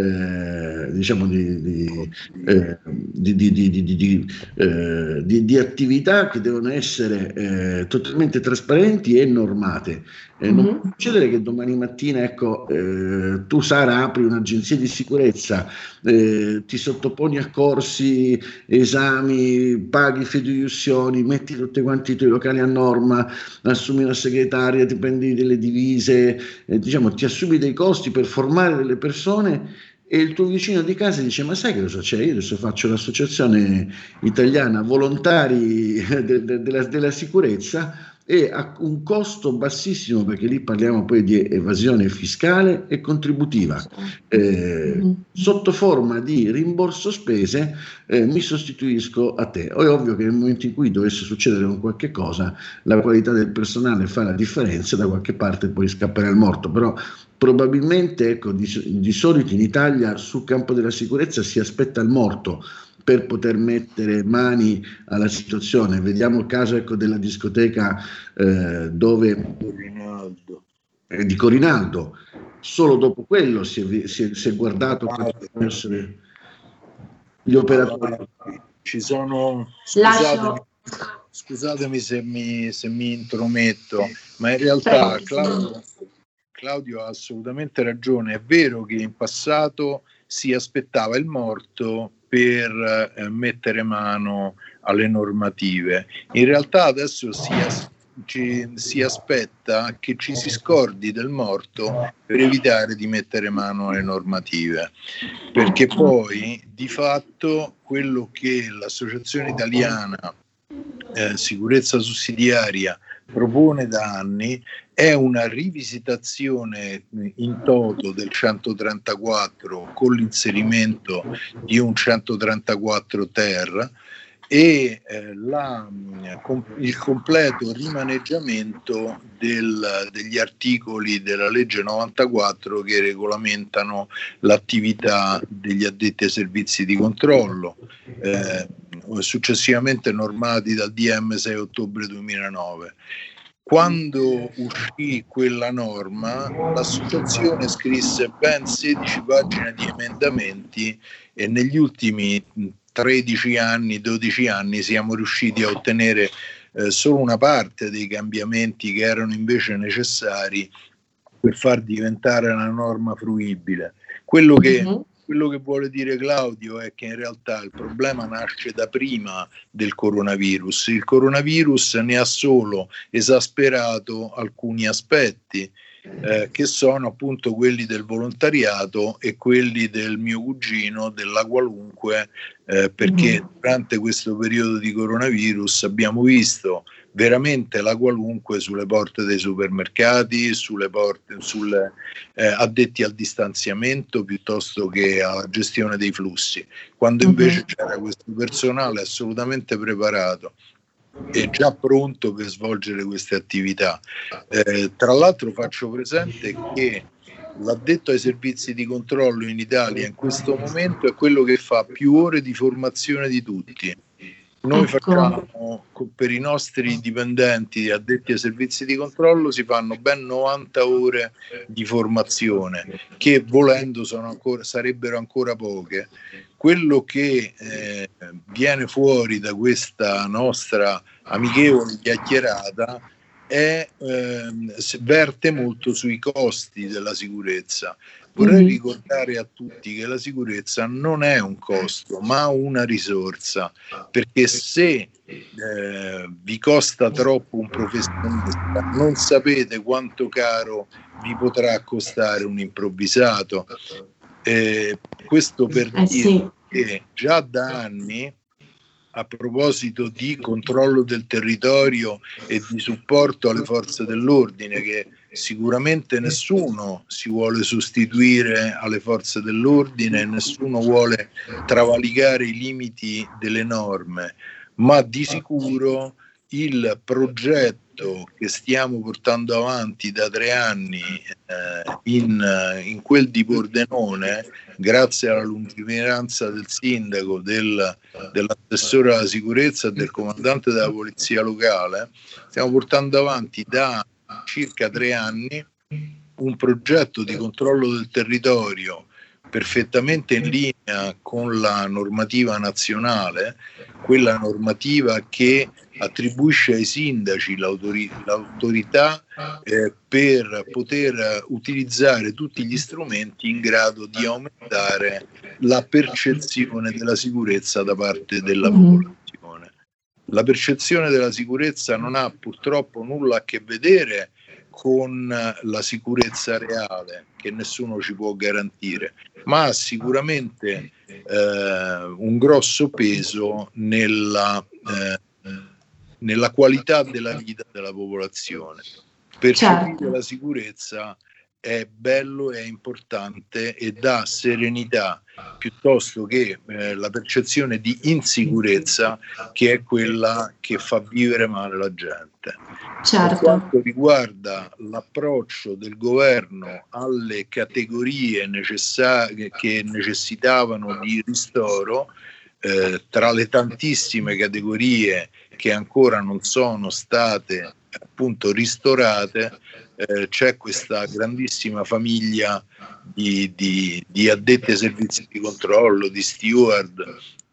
eh, diciamo di, di, eh, di, di, di, di, di, eh, di, di attività che devono essere eh, totalmente trasparenti e normate. Eh, mm-hmm. Non può succedere che domani mattina ecco, eh, tu Sara apri un'agenzia di sicurezza, eh, ti sottoponi a corsi, esami, paghi fideiussioni, metti tutti quanti i tuoi locali a norma, assumi una segretaria, ti prendi delle divise, eh, diciamo ti assumi dei costi per formare delle persone e il tuo vicino di casa dice ma sai che cosa c'è? Io adesso faccio l'associazione italiana volontari de- de- della, della sicurezza e a un costo bassissimo, perché lì parliamo poi di evasione fiscale e contributiva, eh, mm-hmm. sotto forma di rimborso spese eh, mi sostituisco a te. O è ovvio che nel momento in cui dovesse succedere un qualche cosa la qualità del personale fa la differenza, da qualche parte poi scapperà il morto, però probabilmente ecco, di, di solito in Italia sul campo della sicurezza si aspetta il morto per poter mettere mani alla situazione. Vediamo il caso ecco, della discoteca eh, dove, Corinaldo. Eh, di Corinaldo, solo dopo quello si è, si è, si è guardato quali possono essere gli operatori. Ci sono, scusatemi, scusatemi se mi, se mi intrometto, ma in realtà Claudio, Claudio ha assolutamente ragione. È vero che in passato si aspettava il morto per eh, mettere mano alle normative. In realtà adesso si, as- ci, si aspetta che ci si scordi del morto per evitare di mettere mano alle normative, perché poi di fatto quello che l'Associazione Italiana eh, Sicurezza Sussidiaria propone da anni è una rivisitazione in toto del centotrentaquattro con l'inserimento di un centotrentaquattro ter e eh, la, com, il completo rimaneggiamento del, degli articoli della legge novantaquattro che regolamentano l'attività degli addetti ai servizi di controllo, eh, successivamente normati dal D M sei ottobre duemilanove. Quando uscì quella norma, l'associazione scrisse ben sedici pagine di emendamenti e negli ultimi tredici anni, dodici anni siamo riusciti a ottenere eh, solo una parte dei cambiamenti che erano invece necessari per far diventare la norma fruibile. Quello che, uh-huh. quello che vuole dire Claudio è che in realtà il problema nasce da prima del coronavirus. Il coronavirus ne ha solo esasperato alcuni aspetti, Eh, che sono appunto quelli del volontariato e quelli del mio cugino, della qualunque, eh, perché mm. durante questo periodo di coronavirus abbiamo visto veramente la qualunque sulle porte dei supermercati, sulle porte, sulle eh, addetti al distanziamento piuttosto che alla gestione dei flussi, quando invece mm-hmm. c'era questo personale assolutamente preparato è già pronto per svolgere queste attività. Eh, tra l'altro faccio presente che l'addetto ai servizi di controllo in Italia in questo momento è quello che fa più ore di formazione di tutti. Noi facciamo, per i nostri dipendenti addetti ai servizi di controllo, si fanno ben novanta ore di formazione, che volendo sono ancora, sarebbero ancora poche. Quello che eh, viene fuori da questa nostra amichevole chiacchierata è, eh, verte molto sui costi della sicurezza. Vorrei ricordare a tutti che la sicurezza non è un costo, ma una risorsa, perché se eh, vi costa troppo un professionista, non sapete quanto caro vi potrà costare un improvvisato. Eh, questo per eh, dire sì. che già da anni, a proposito di controllo del territorio e di supporto alle forze dell'ordine, che sicuramente nessuno si vuole sostituire alle forze dell'ordine, nessuno vuole travalicare i limiti delle norme, ma di sicuro il progetto che stiamo portando avanti da tre anni eh, in, in quel di Pordenone, grazie alla lungimiranza del sindaco, del, dell'assessore alla sicurezza e del comandante della polizia locale, stiamo portando avanti da circa tre anni un progetto di controllo del territorio perfettamente in linea con la normativa nazionale, quella normativa che attribuisce ai sindaci l'autori- l'autorità eh, per poter utilizzare tutti gli strumenti in grado di aumentare la percezione della sicurezza da parte della popolazione. La percezione della sicurezza non ha purtroppo nulla a che vedere con la sicurezza reale, che nessuno ci può garantire, ma ha sicuramente eh, un grosso peso nella, eh, nella qualità della vita della popolazione. Percepire certo. La sicurezza è bello, è importante e dà serenità piuttosto che eh, la percezione di insicurezza, che è quella che fa vivere male la gente. Certo. Per quanto riguarda l'approccio del governo alle categorie necessarie che necessitavano di ristoro, eh, tra le tantissime categorie che ancora non sono state appunto ristorate, eh, c'è questa grandissima famiglia di, di, di addetti ai servizi di controllo, di steward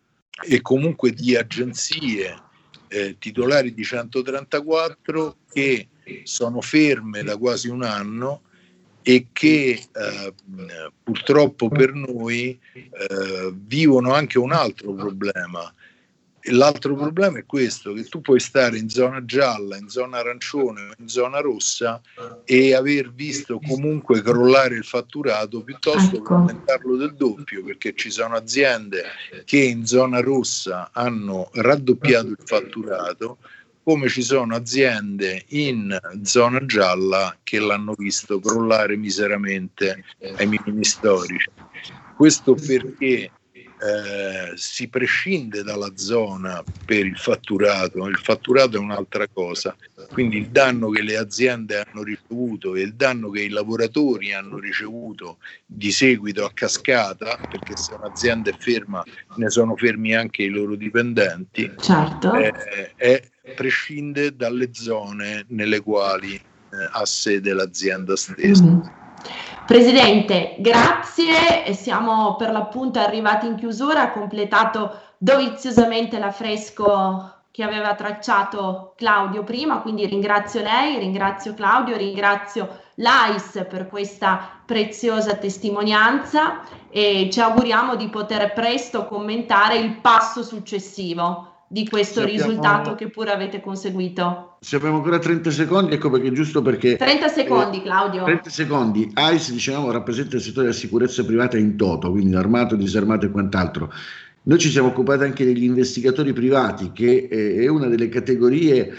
e comunque di agenzie eh, titolari di centotrentaquattro che sono ferme da quasi un anno e che eh, purtroppo per noi eh, vivono anche un altro problema. L'altro problema è questo, che tu puoi stare in zona gialla, in zona arancione o in zona rossa e aver visto comunque crollare il fatturato piuttosto ecco. che aumentarlo del doppio, perché ci sono aziende che in zona rossa hanno raddoppiato il fatturato, come ci sono aziende in zona gialla che l'hanno visto crollare miseramente ai minimi storici. Questo perché Eh, si prescinde dalla zona per il fatturato, il fatturato è un'altra cosa, quindi il danno che le aziende hanno ricevuto e il danno che i lavoratori hanno ricevuto di seguito a cascata, perché se un'azienda è ferma ne sono fermi anche i loro dipendenti, certo. eh, è, prescinde dalle zone nelle quali eh, ha sede l'azienda stessa. Mm-hmm. Presidente, grazie, e siamo per l'appunto arrivati in chiusura, ha completato doviziosamente l'affresco che aveva tracciato Claudio prima, quindi ringrazio lei, ringrazio Claudio, ringrazio l'A I S per questa preziosa testimonianza e ci auguriamo di poter presto commentare il passo successivo di questo Sappiamo... risultato che pure avete conseguito. Se abbiamo ancora trenta secondi, ecco perché giusto perché... trenta secondi, eh, Claudio. trenta secondi. A I S, diciamo, rappresenta il settore della sicurezza privata in toto, quindi armato, disarmato e quant'altro. Noi ci siamo occupati anche degli investigatori privati, che è una delle categorie,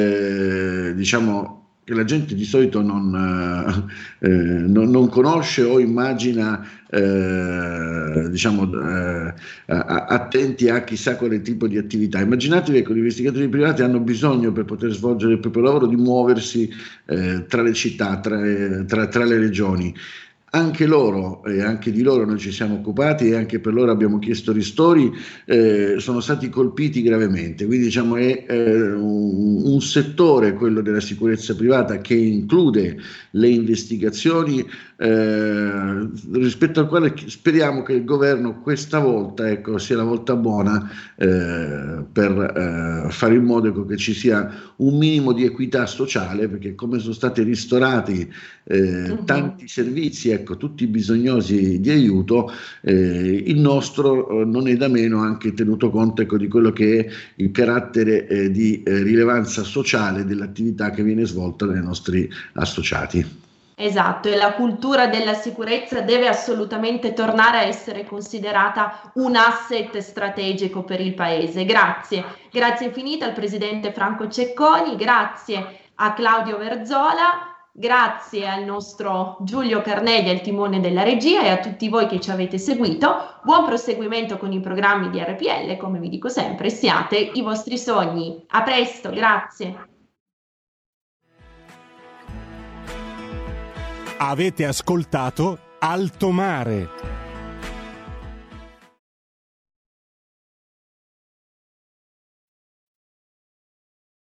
eh, diciamo, che la gente di solito non, eh, non, non conosce o immagina, eh, diciamo, eh, attenti a chissà quale tipo di attività. Immaginatevi che gli investigatori privati hanno bisogno, per poter svolgere il proprio lavoro, di muoversi eh, tra le città, tra, tra, tra le regioni. Anche loro e anche di loro noi ci siamo occupati e anche per loro abbiamo chiesto ristori, eh, sono stati colpiti gravemente, quindi diciamo è eh, un, un settore, quello della sicurezza privata, che include le investigazioni, eh, rispetto al quale speriamo che il governo questa volta, ecco, sia la volta buona eh, per eh, fare in modo che ci sia un minimo di equità sociale, perché come sono stati ristorati eh, uh-huh. tanti servizi, ecco, tutti bisognosi di aiuto, eh, il nostro eh, non è da meno anche tenuto conto, ecco, di quello che è il carattere eh, di eh, rilevanza sociale dell'attività che viene svolta dai nostri associati. Esatto, e la cultura della sicurezza deve assolutamente tornare a essere considerata un asset strategico per il Paese. Grazie, grazie infinite al Presidente Franco Cecconi, grazie a Claudio Verzola. Grazie al nostro Giulio Carnelli al timone della regia e a tutti voi che ci avete seguito. Buon proseguimento con i programmi di R P L, come vi dico sempre, siate i vostri sogni. A presto, grazie. Avete ascoltato Alto Mare.